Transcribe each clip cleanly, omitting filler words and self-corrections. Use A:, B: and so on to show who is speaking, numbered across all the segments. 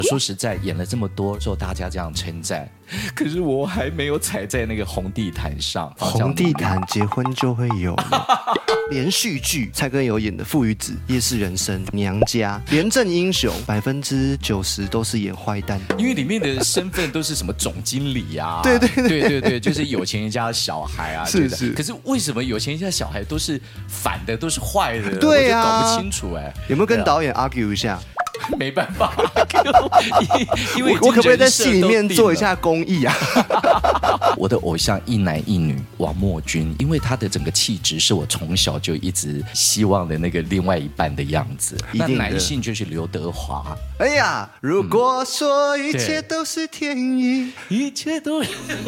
A: 说实在，演了这么多，受大家这样称赞，可是我还没有踩在那个红地毯上。
B: 红地毯结婚就会有了。连续剧蔡哥有演的《父与子》《夜市人生》《娘家》《廉政英雄》，90%都是演坏蛋，
A: 因为里面的身份都是什么总经理啊，
B: 对，
A: 就是有钱人家的小孩啊，
B: 是。
A: 可是为什么有钱人家的小孩都是反的，都是坏的？
B: 对啊，
A: 我就搞不清楚哎。
B: 有没有跟导演 argue 一下？
A: 没办法，因为
B: 我可不可以在戏里面做一下公益啊？
A: 我的偶像一男一女王墨君，因为他的整个气质是我从小就一直希望的那个另外一半的样子。那男性就是刘德华。
B: 哎呀，如果说一切都是天意，
A: 一切都是。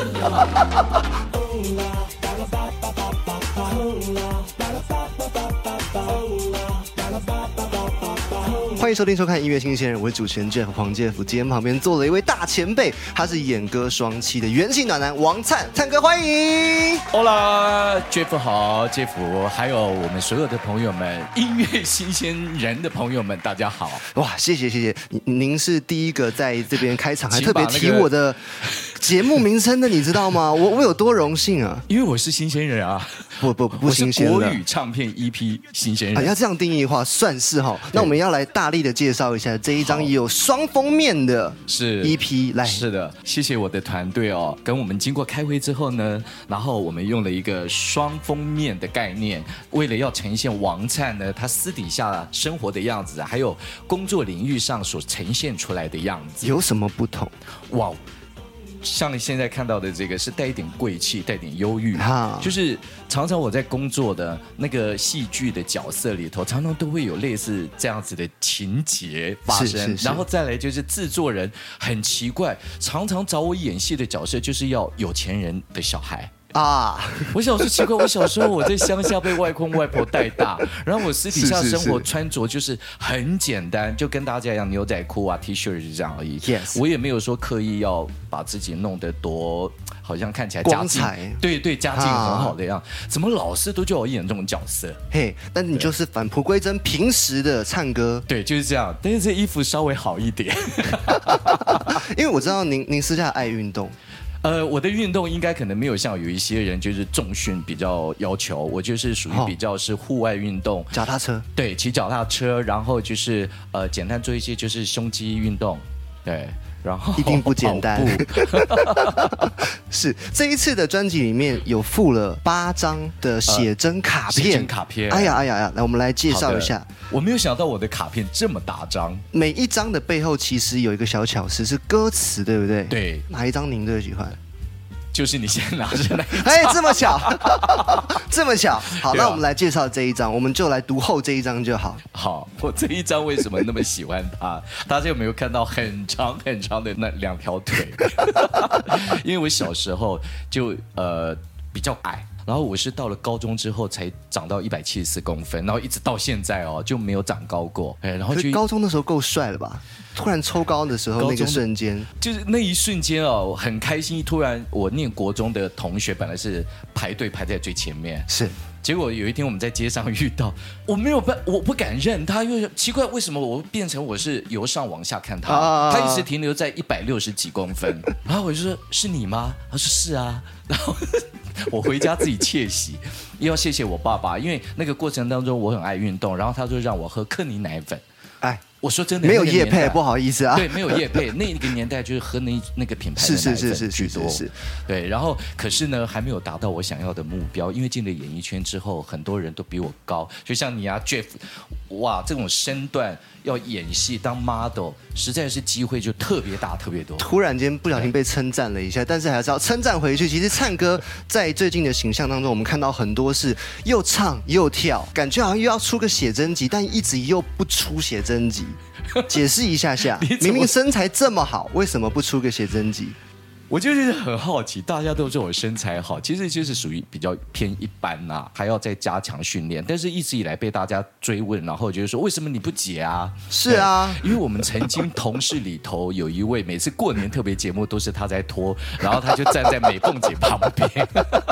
B: 欢迎收听收看音乐新鲜人，我是主持人 Jeff 黄介甫。今天旁边坐了一位大前辈，他是演歌双栖的元气暖男王灿，灿哥欢迎。
A: Hola Jeff 好，Jeff还有我们所有的朋友们，音乐新鲜人的朋友们，大家好。
B: 哇，谢谢，您是第一个在这边开场，还特别提我的节目名称的，你知道吗？我有多荣幸啊！
A: 因为我是新鲜人啊，
B: 不新鲜的，
A: 我是国语唱片 EP 新鲜人。
B: 要这样定义的话，算是哈。那我们要来大力的介绍一下这一张也有双封面的
A: 是
B: EP 来。
A: 是的，谢谢我的团队哦，跟我们经过开会之后呢，然后我们用了一个双封面的概念，为了要呈现王灿呢他私底下生活的样子，还有工作领域上所呈现出来的样子，
B: 有什么不同？
A: 哇！像你现在看到的这个是带一点贵气，带一点忧郁，就是常常我在工作的那个戏剧的角色里头，常常都会有类似这样子的情节发生。然后再来就是制作人很奇怪，常常找我演戏的角色就是要有钱人的小孩。我小时候奇怪，我小时候我在乡下被外公外婆带大，然后我私底下生活穿着就是很简单，就跟大家一样，牛仔裤啊 T 恤就这样而已。我也没有说刻意要把自己弄得多好像看起来
B: 光彩，
A: 对，家境很好的样，怎么老是都叫我演这种角色？
B: 但你就是返璞归真，平时的唱歌，
A: 对，就是这样。但是这衣服稍微好一点，
B: 因为我知道您私下爱运动。
A: 我的运动应该可能没有像有一些人就是重训比较要求，我就是属于比较是户外运动，
B: 脚踏车，
A: 对，骑脚踏车，然后就是简单做一些就是胸肌运动，对，然后
B: 一定不简单。是这一次的专辑里面有附了8张的写真卡片，
A: 写真卡片。
B: 哎呀，来我们来介绍一下。
A: 我没有想到我的卡片这么大张，
B: 每一张的背后其实有一个小巧思，是歌词，对不对？
A: 对。
B: 哪一张您最喜欢？
A: 就是你现在拿着那一张。
B: 哎，这么巧，这么巧。好，那我们来介绍这一张，我们就来读后这一张就好。
A: 好，我这一张为什么那么喜欢它？大家有没有看到很长很长的那2条腿？因为我小时候就比较矮。然后我是到了高中之后才长到174公分，然后一直到现在哦就没有长高过。然后就
B: 高中的时候够帅了吧？突然抽高的时候那个瞬间，
A: 就是那一瞬间哦，很开心。突然我念国中的同学本来是排队排在最前面，
B: 是。
A: 结果有一天我们在街上遇到，我不敢认他，因为奇怪为什么我变成我是由上往下看他，他一直停留在160几公分，然后我就说是你吗？他说是啊，然后我回家自己窃喜，又要谢谢我爸爸，因为那个过程当中我很爱运动，然后他就让我喝克尼奶粉，我说真的，
B: 没有业配，不好意思啊。
A: 对，没有业配，那个年代就是喝那个品牌的奶粉居多。是。对，然后可是呢，还没有达到我想要的目标，因为进了演艺圈之后，很多人都比我高，就像你啊 ，Jeff， 哇，这种身段要演戏当 model， 实在是机会就特别大，特别多。
B: 突然间不小心被称赞了一下，但是还是要称赞回去。其实灿哥在最近的形象当中，我们看到很多是又唱又跳，感觉好像又要出个写真集，但一直又不出写真集。解释一下，明明身材这么好，为什么不出个写真集？
A: 我就是很好奇，大家都说我身材好，其实就是属于比较偏一般呐，还要再加强训练。但是一直以来被大家追问，然后就是说为什么你不结啊？
B: 是啊，
A: 因为我们曾经同事里头有一位，每次过年特别节目都是他在拖，然后他就站在美凤姐旁边。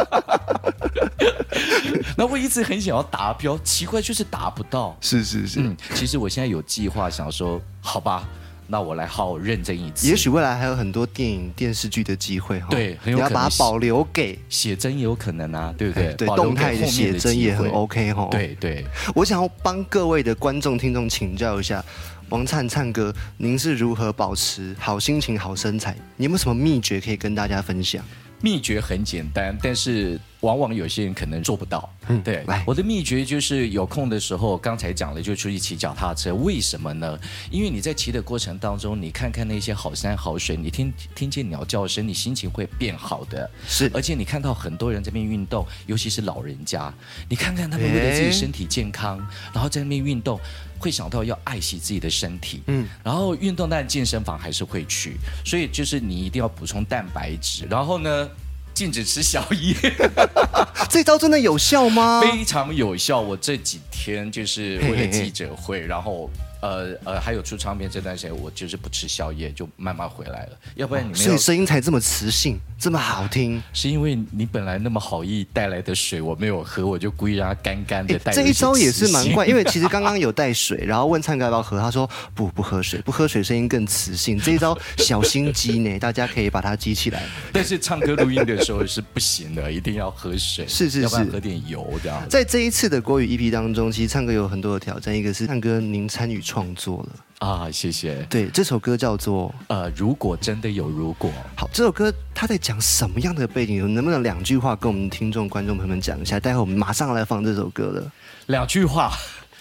A: 然后我一直很想要达标，奇怪就是达不到。
B: 是。
A: 其实我现在有计划想说，好吧。 那我来好好认真一次。
B: 也许未来还有很多电影、电视剧的机会哈。
A: 对，很有可能
B: 你要把它保留给
A: 写真也有可能啊，对不对？
B: 对，动态的写真也很 OK 哈。
A: 对对，
B: 我想要帮各位的观众听众请教一下。王灿哥，您是如何保持好心情、好身材？你有没有什么秘诀可以跟大家分享？
A: 秘诀很简单，但是往往有些人可能做不到。对，我的秘诀就是有空的时候，刚才讲了，就出去骑脚踏车。为什么呢？因为你在骑的过程当中，你看看那些好山好水，你听见鸟叫声，你心情会变好的。
B: 是，
A: 而且你看到很多人在那边运动，尤其是老人家，你看看他们为了自己身体健康，然后在那边运动，会想到要爱惜自己的身体。然后运动，但健身房还是会去，所以就是你一定要补充蛋白质，然后呢，禁止吃宵夜。
B: 这招真的有效吗？
A: 非常有效。我这几天就是为了记者会，然后还有出唱片这段时间，我就是不吃宵夜，就慢慢回来了。要不然你没有，
B: 所以声音才这么磁性，这么好听。
A: 是因为你本来那么好意带来的水我没有喝，我就故意让它干干的。
B: 这一招也是蛮怪，因为其实刚刚有带水，然后问灿哥要不要喝，他说不喝水，不喝水声音更磁性。这一招小心机呢，大家可以把它记起来。
A: 但是唱歌录音的时候是不行的，一定要喝水，
B: 是，
A: 要不然喝点油这样。
B: 在这一次的国语 EP 当中，其实灿哥有很多的挑战，一个是灿哥您参与创作了。
A: 啊，谢谢。
B: 对，这首歌叫做
A: 如果真的有如果。
B: 好，这首歌它在讲什么样的背景？能不能2句话跟我们听众观众朋友们讲一下？待会我们马上来放这首歌了。
A: 2句话。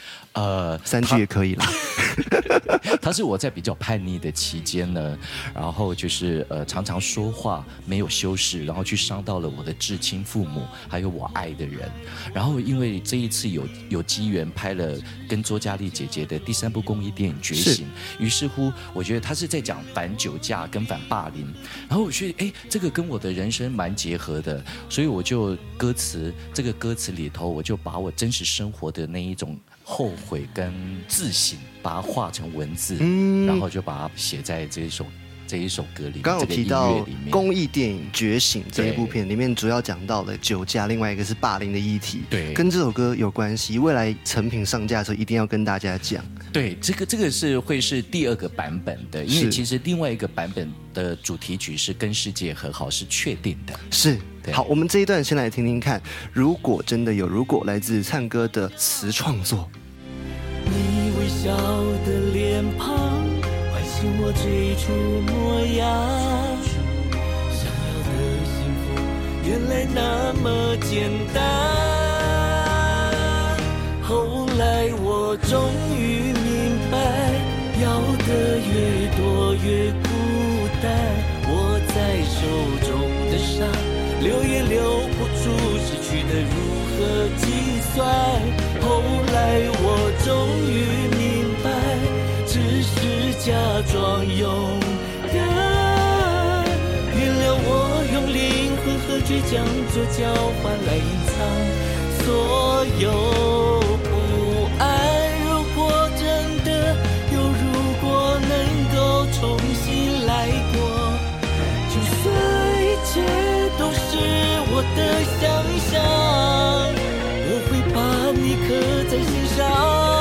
B: 3句也可以啦。
A: 他是我在比较叛逆的期间呢，然后就是常常说话没有修饰，然后去伤到了我的至亲父母，还有我爱的人。然后因为这一次有机缘拍了跟周嘉丽姐姐的第3部公益电影《觉醒》，于是乎我觉得他是在讲反酒驾跟反霸凌，然后我觉得这个跟我的人生蛮结合的，所以我就这个歌词里头，我就把我真实生活的那一种后悔跟自省，把它化成文字，然后就把它写在这一首歌里面。
B: 刚刚有提到公益电影《觉醒》这一部片里面，主要讲到了酒驾，另外一个是霸凌的议题，
A: 对，
B: 跟这首歌有关系。未来成品上架的时候，一定要跟大家讲。
A: 对，这个会是第2个版本的，因为其实另外一个版本的主题曲是跟世界和好，是确定的。
B: 是，好，我们这一段先来听听看。如果真的有如果，来自灿哥的词创作。
C: 你微笑的脸庞唤醒我最初模样，想要的幸福原来那么简单。后来我终于明白，要的越多越孤单。握在手中的沙，留也留不住，失去的如何计算？后来我终于明白，只是假装勇敢。原谅我用灵魂和倔强做交换来隐藏所有不安。如果真的有如果能够重新来过，就算一切都是我的想象，我会把你刻在心上。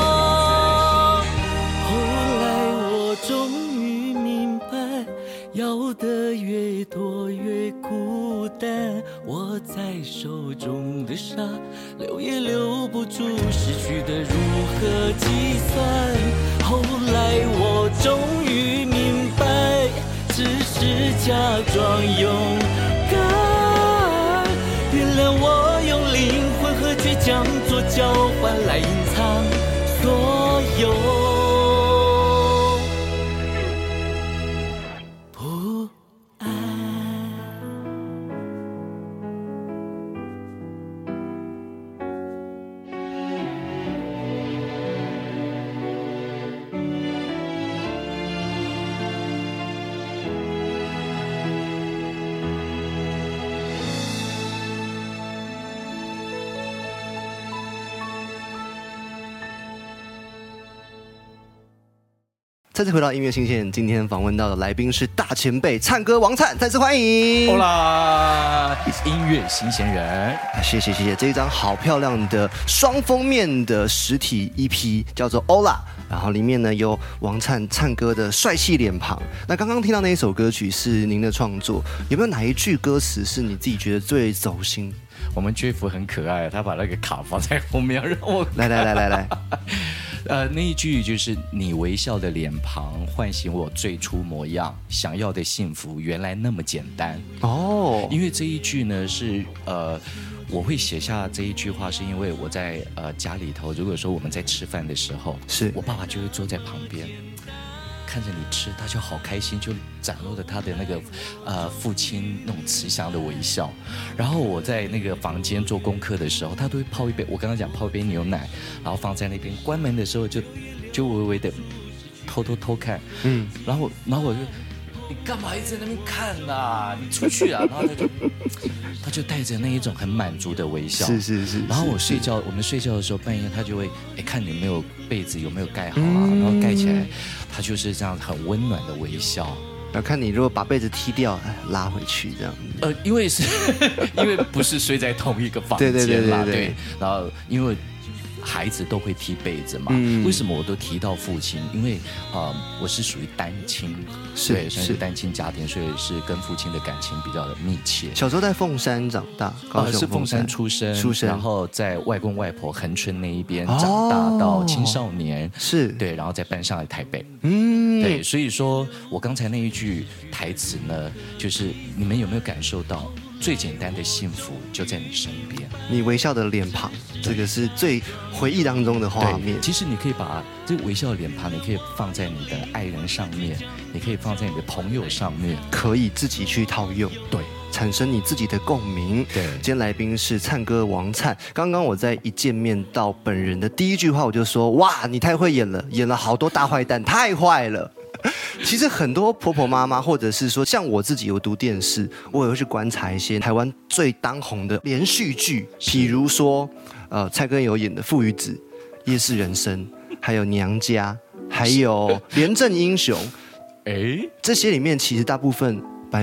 C: 后来我终于明白，要的越多越孤单。握在手中的沙，留也留不住，失去的如何计算？后来我终于明白，只是假装勇敢。原谅我用灵魂和倔强做交换来隐藏所有不安。
B: 再次回到音乐新鲜，今天访问到的来宾是大前辈灿哥王灿，再次欢迎。
A: Hola， 音乐新鲜人，
B: 谢谢，这一张好漂亮的双封面的实体 EP 叫做 Hola， 然后里面呢有王灿哥的帅气脸庞。那刚刚听到那一首歌曲是您的创作，有没有哪一句歌词是你自己觉得最走心？
A: 我们 Jeff 很可爱，他把那个卡放在后面让我
B: 来。
A: 那一句就是你微笑的脸庞唤醒我最初模样，想要的幸福原来那么简单哦。因为这一句呢是我会写下这一句话，是因为我在家里头，如果说我们在吃饭的时候，是我爸爸就会坐在旁边。看着你吃，他就好开心，就展露了他的那个父亲那种慈祥的微笑。然后我在那个房间做功课的时候，他都会泡一杯，我刚刚讲泡一杯牛奶，然后放在那边。关门的时候就微微的偷看，然后我就你干嘛一直在那边看啊？你出去啊！然后他就带着那一种很满足的微笑。是。然后我们睡觉的时候，半夜他就会看你有没有被子有没有盖好啊，然后盖起来，他就是这样很温暖的微笑。
B: 要看你如果把被子踢掉，拉回去这样。
A: 因为不是睡在同一个房间啦，对。然后因为孩子都会踢被子嘛，为什么我都提到父亲？因为我是属于单亲，对，算是单亲家庭，所以是跟父亲的感情比较的密切。
B: 小时候在凤山长大，
A: 是凤山出生，然后在外公外婆恒春那一边长大到青少年，是对，然后再搬上来台北，对，所以说我刚才那一句台词呢，就是你们有没有感受到？最简单的幸福就在你身边，
B: 你微笑的脸庞，这个是最回忆当中的画面。
A: 其实你可以把这个微笑的脸庞，你可以放在你的爱人上面，你可以放在你的朋友上面，
B: 可以自己去套用，对，产生你自己的共鸣。对，今天来宾是灿哥王灿。刚刚我在一见面到本人的第一句话，我就说：哇，你太会演了，演了好多大坏蛋，太坏了。其实很多婆婆妈妈，或者是说像我自己有读电视，我也会去观察一些台湾最当红的连续剧，比如说蔡哥有演的《父与子》、《夜市人生》，还有《娘家》，还有《廉政英雄》。这些里面其实大部分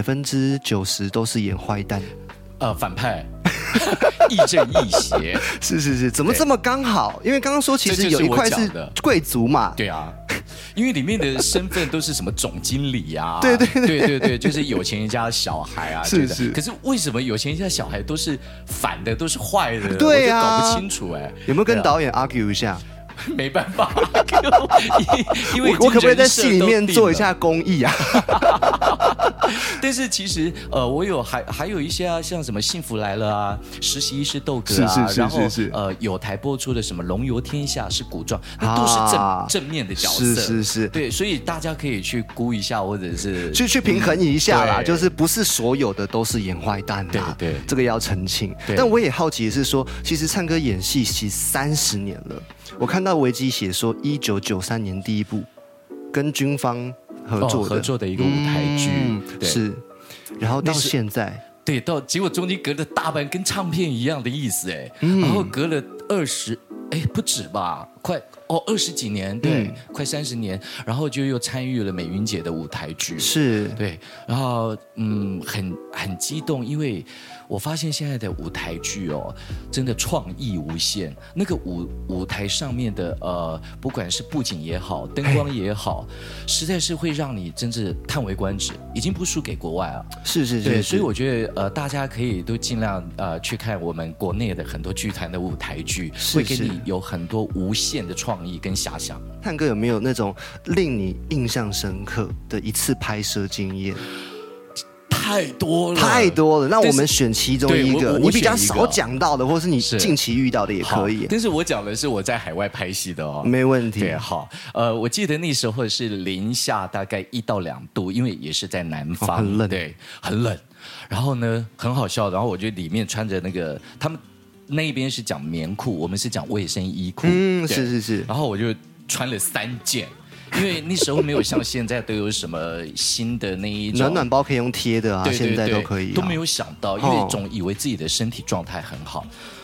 B: 90%都是演坏蛋，
A: 反派。亦正亦邪，
B: 是，怎么这么刚好？因为刚刚说其实有一块是贵族嘛，
A: 对啊，因为里面的身份都是什么总经理啊，
B: 对，
A: 就是有钱人家的小孩啊，
B: 是。
A: 可是为什么有钱人家小孩都是反的，都是坏的？
B: 对啊，
A: 我就搞不清楚
B: 有没有跟导演 argue 一下？
A: 没办法，因为
B: 我可不可以在戏里面做一下公益啊？
A: 但是其实我有还有一些啊，像什么《幸福来了》啊，《实习医师斗哥》啊，然后有台播出的什么《龙游天下》是古装，那都是正面的角色，是，对，所以大家可以去估一下，或者是
B: 去平衡一下啦，就是不是所有的都是演坏蛋啦，对，这个要澄清。但我也好奇的是说，其实灿哥演戏其实30年了。我看到维基写说，1993年第一部跟军方合
A: 作的一个舞台剧，
B: 是，然后到现在，
A: 对，结果中间隔了大半，跟唱片一样的意思然后隔了20，不止吧，快20几年，对，快30年，然后就又参与了美云姐的舞台剧，
B: 是，
A: 对，然后很激动，因为我发现现在的舞台剧真的创意无限。那个舞台上面的不管是布景也好，灯光也好，实在是会让你真是叹为观止，已经不输给国外啊。
B: 是，
A: 对，所以我觉得大家可以都尽量去看我们国内的很多剧团的舞台剧，会给你有很多无限的创意跟遐想。
B: 灿哥有没有那种令你印象深刻的一次拍摄经验？
A: 太多了，
B: 那我们选其中一个，你比较少讲到的，或是你近期遇到的也可以。
A: 但是我讲的是我在海外拍戏的
B: 没问题。
A: 对，好，我记得那时候是零下大概1到2度，因为也是在南方，
B: 很冷，
A: 对，很冷。然后呢，很好笑，然后我就里面穿着那个他们那边是讲棉裤，我们是讲卫生衣裤，
B: 是。
A: 然后我就穿了3件。因为那时候没有像现在都有什么新的那一种
B: 暖包可以用贴的啊，
A: 对，
B: 现在都可以
A: 都没有想到，因为总以为自己的身体状态很好，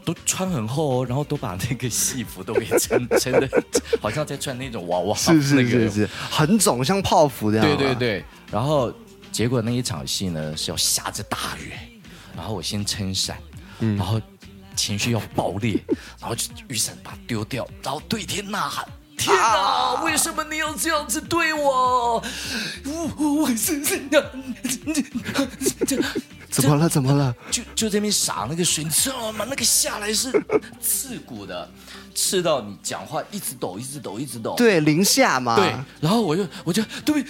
A: 都穿很厚哦，然后都把那个戏服都给撑的，好像在穿那种娃娃，
B: 是，很肿，像泡芙这样。
A: 对，然后结果那一场戏呢是要下着大雨，然后我先撑伞，然后情绪要爆裂，然后就雨伞把它丢掉，然后对天呐喊。天哪！为什么你要这样子对我？我是
B: 怎么了？
A: 就在那边洒那个水，你知道吗？那个下来是刺骨的，刺到你讲话一直抖。
B: 对，零下嘛。
A: 对，然后我就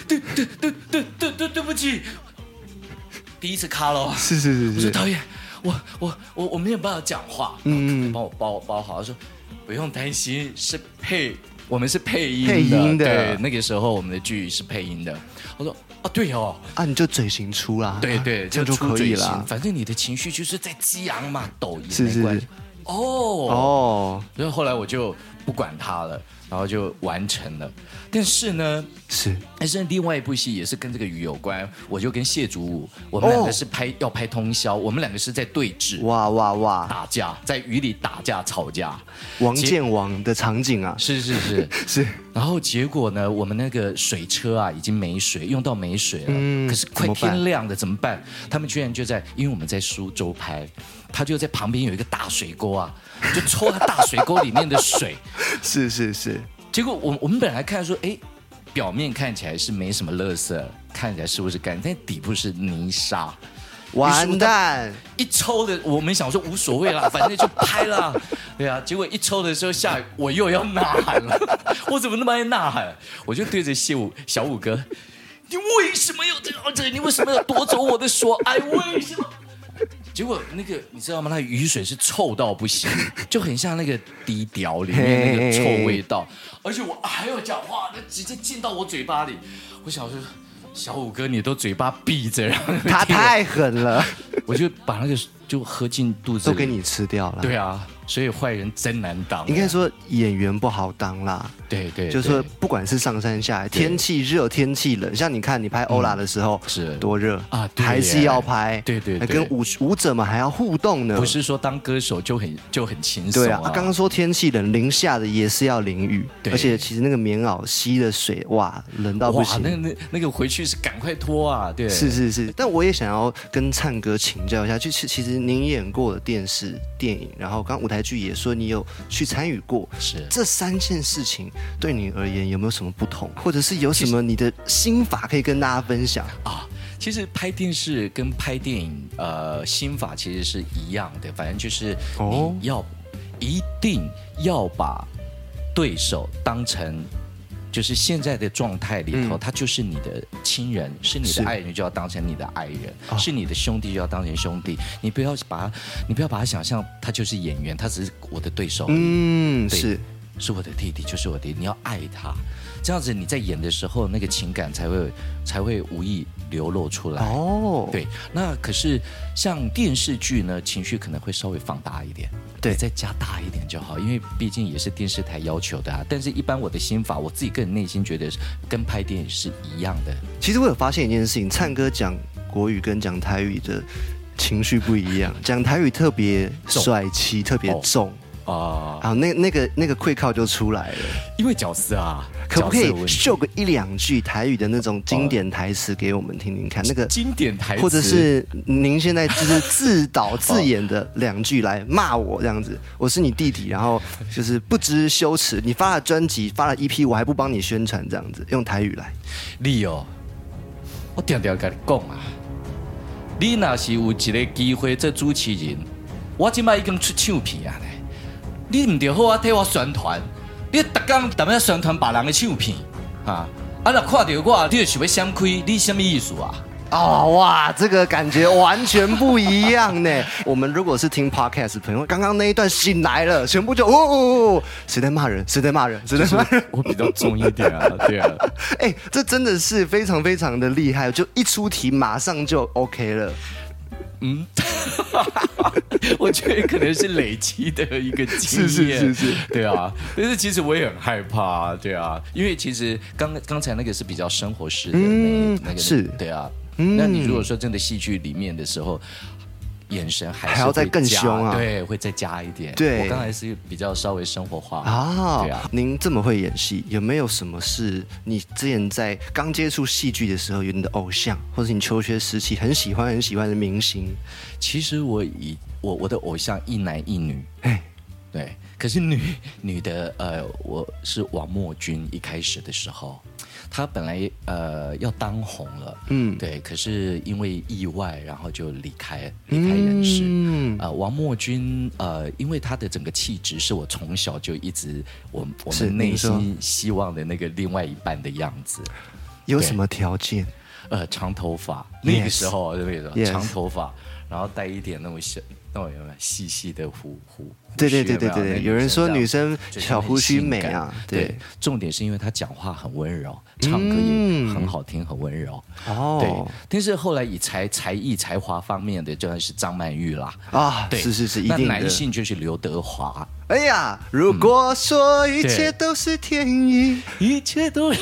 A: 对不起，第一次卡了。
B: 是。
A: 我说导演，我没有办法讲话，帮我包好。他说不用担心，我们是配音的，对，那个时候我们的剧是配音的。我说对哦，
B: 你就嘴型出啦，
A: 对，
B: 这样就可以了。
A: 反正你的情绪就是在激昂嘛，抖也
B: 是
A: 没关系。所以后来我就不管它了，然后就完成了。但是呢，但是另外一部戏也是跟这个雨有关，我就跟谢祖武，我们两个是要拍通宵，我们两个是在对峙，
B: 哇，
A: 打架，在雨里打架吵架，
B: 王见王的场景啊，
A: 是。然后结果呢，我们那个水车啊已经没水，用到没水了，可是快天亮了怎么办？他们居然就因为我们在苏州拍，他就在旁边有一个大水沟啊，就抽他大水沟里面的水，
B: 是。
A: 结果我们本来看说，表面看起来是没什么垃圾，看起来是不是干，但底部是泥沙，
B: 完蛋！
A: 一抽的，我们想说无所谓啦，反正就拍啦，对啊。结果一抽的时候下雨，我又要呐喊了，我怎么那么爱呐喊？我就对着小武哥，你为什么要这样子？你为什么要夺走我的所爱？为什么？结果那个你知道吗？那雨水是臭到不行，就很像那个低调里面那个臭味道，而且我还要讲话，那直接进到我嘴巴里。我想说，小武哥你都嘴巴闭着，然后
B: 他太狠了，
A: 我就把那个就喝进肚子里，
B: 都给你吃掉了。
A: 对啊，所以坏人真难当。
B: 应该说演员不好当啦。
A: 对，
B: 就是说不管是上山下海，天气热天气冷，像你看你拍欧拉的时候是多热啊，还是要拍。
A: 对，
B: 跟舞者们还要互动呢。
A: 不是说当歌手就很轻松。
B: 对啊，刚刚说天气冷，零下的也是要淋雨，而且其实那个棉袄吸的水，哇，冷到不行。
A: 那个回去是赶快脱啊。对，
B: 是。但我也想要跟灿哥请教一下，就是其实您演过的电视、电影，然后刚舞台剧也说你有去参与过，
A: 是
B: 这3件事情对你而言有没有什么不同，或者是有什么你的心法可以跟大家分享啊？
A: 其实拍电视跟拍电影，心法其实是一样的，反正就是你一定要把对手当成。就是现在的状态里头，他就是你的亲人，是你的爱人，就要当成你的爱人；是你的兄弟，就要当成兄弟。你不要把他想象他就是演员，他只是我的对手。是我的弟弟，就是我的弟弟。你要爱他，这样子你在演的时候，那个情感才会无意流露出来。对。那可是像电视剧呢，情绪可能会稍微放大一点。对，再加大一点就好，因为毕竟也是电视台要求的啊。但是，一般我的心法，我自己个人内心觉得跟拍电影是一样的。其
B: 实我有发现一件事情，灿哥讲国语跟讲台语的情绪不一样，讲台语特别帅气，特别重。好，那个会靠就出来了，
A: 因为角色啊，
B: 可不可以秀个1-2句台语的那种经典台词给我们听听看？那个
A: 经典台词，
B: 或者是您现在就是自导自演的2句来骂我这样子。我是你弟弟，然后就是不知羞耻，你发了专辑，发了 EP， 我还不帮你宣传这样子，用台语来。
A: 你我常常跟你讲啊，你若是有一个机会做主持人，我现在已经出唱片啊。你唔就好啊，替我宣传。你每天在宣传别人的唱片啊，若看到我，你就想要闪开，你什么意思啊？
B: 哇，这个感觉完全不一样呢。我们如果是听 podcast 的朋友，刚刚那一段醒来了，全部就谁在骂人？谁在骂人？谁在骂人？
A: 我比较重一点啊，对啊。
B: 这真的是非常非常的厉害，就一出题马上就 OK 了。
A: 我觉得可能是累积的一个经验，
B: 是，
A: 对啊。但是其实我也很害怕，对啊，因为其实刚才那个是比较生活式的那个，
B: 是，
A: 对啊。那你如果说真的戏剧里面的时候， 眼神还
B: 要再更凶啊，
A: 对，会再加一点。
B: 对，
A: 我刚才是比较稍微生活化
B: 啊。对啊，您这么会演戏，有没有什么是你之前在刚接触戏剧的时候，有你的偶像，或者你求学时期很喜欢的明星？
A: 其实我的偶像一男一女，对，可是女的我是王墨君。一开始的时候，她本来要当红了，对，可是因为意外，然后就离开人世。王墨君因为她的整个气质是我从小就一直我们内心希望的那个另外一半的样子。
B: 有什么条件？
A: 长头发，那个时候对不对？长头发，然后带一点那种细细的胡
B: 对，有人说女生小胡须美啊，对，
A: 重点是因为她讲话很温柔，唱歌也很好听，很温柔对。但是后来以才艺才华方面的，就是张曼玉啦
B: 对，是一定的。
A: 那男性就是刘德华。
B: 哎呀，如果说一切都是天意，
A: 一切都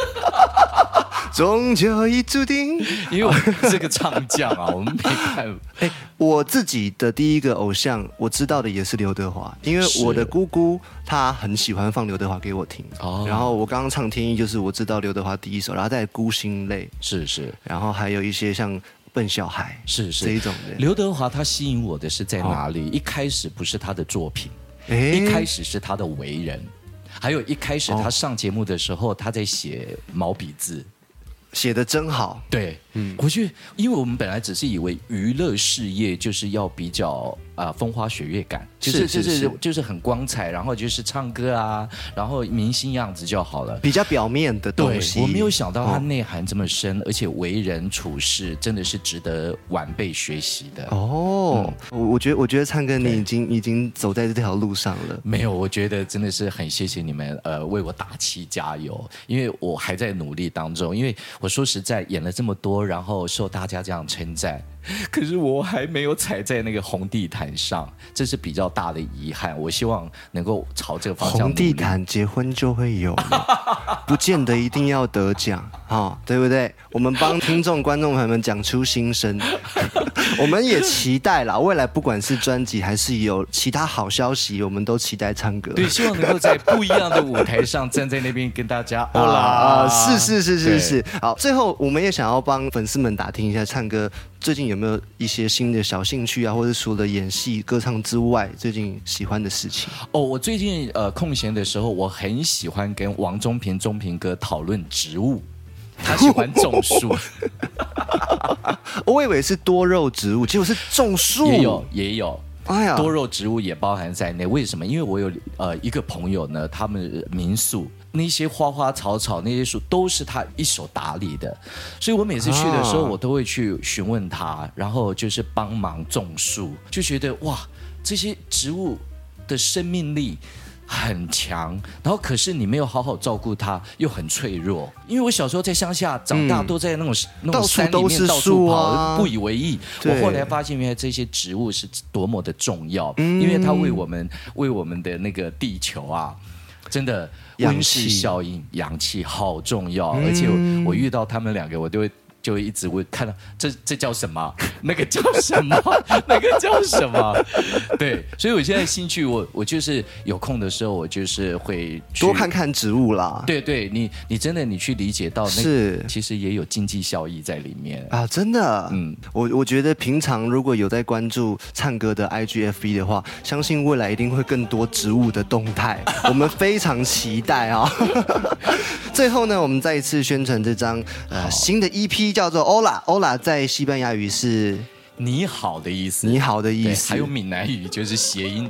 B: 终究已注定。
A: 因为我这个唱将啊，我们没办法。
B: 我自己的第一个偶像，我知道的也是刘德华，因为我的姑姑她很喜欢放刘德华给我听。然后我刚刚唱《天意》，就是我知道刘德华第一首，然后再《孤星泪》，
A: 是，
B: 然后还有一些像笨小孩，
A: 是
B: 这一种的。
A: 刘德华他吸引我的是在哪里？一开始不是他的作品，一开始是他的为人，还有一开始他上节目的时候，他在写毛笔字。
B: 写得真好，
A: 对，我觉得，因为我们本来只是以为娱乐事业就是要比较风花雪月感，就是很光彩，然后就是唱歌啊，然后明星样子就好了，
B: 比较表面的东西。
A: 我没有想到它内涵这么深，而且为人处事真的是值得晚辈学习的。
B: 我觉得灿哥你已经走在这条路上了。
A: 没有，我觉得真的是很谢谢你们为我打气加油，因为我还在努力当中。因为我说实在演了这么多，然后受大家这样称赞。可是我还没有踩在那个红地毯上，这是比较大的遗憾。我希望能够朝这个方向努力。
B: 红地毯结婚就会有了，不见得一定要得奖，对不对？我们帮听众观众朋友们讲出心声，我们也期待啦，未来不管是专辑还是有其他好消息，我们都期待唱歌。
A: 对，希望能够在不一样的舞台上站在那边跟大家
B: 是。好，最后我们也想要帮粉丝们打听一下，唱歌最近有没有一些新的小兴趣啊，或者除了演戏、歌唱之外，最近喜欢的事情？
A: 我最近空闲的时候，我很喜欢跟王中平哥讨论植物，他喜欢种树。
B: 我以为是多肉植物，结果是种树。
A: 也有。哎呀，多肉植物也包含在内。为什么？因为我有一个朋友呢，他们民宿那些花花草草那些树都是他一手打理的，所以我每次去的时候，我都会去询问他，然后就是帮忙种树，就觉得哇，这些植物的生命力很强，然后可是你没有好好照顾它，又很脆弱。因为我小时候在乡下长大，都在那种山里面到处跑，不以为意。我后来发现，原来这些植物是多么的重要，因为它为我们的那个地球啊，真的温室效应、氧气好重要。而且我遇到他们两个，我就会一直会看到这叫什么，那个叫什么，那个叫什么，对，所以我现在兴趣，我就是有空的时候，我就是会
B: 多看看植物啦。
A: 对，你真的你去理解到，是其实也有经济效益在里面
B: 啊，真的。我觉得平常如果有在关注唱歌的 IGFB 的话，相信未来一定会更多植物的动态，我们非常期待啊。最后呢，我们再一次宣传这张新的 EP。叫做 Hola 在西班牙语是
A: 你好的意思，
B: 你好的意思，
A: 还有闽南语就是谐音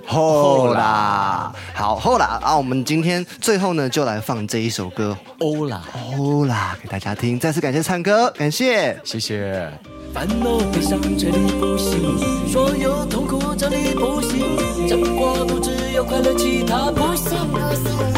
B: Hola。好 Hola 啊，我们今天最后呢就来放这一首歌 Hola 给大家听。再次感谢唱歌，感谢，
A: 谢谢。
C: 烦恼悲伤却你不行，所有痛苦这里不行，这么过度只有快乐，其他不行。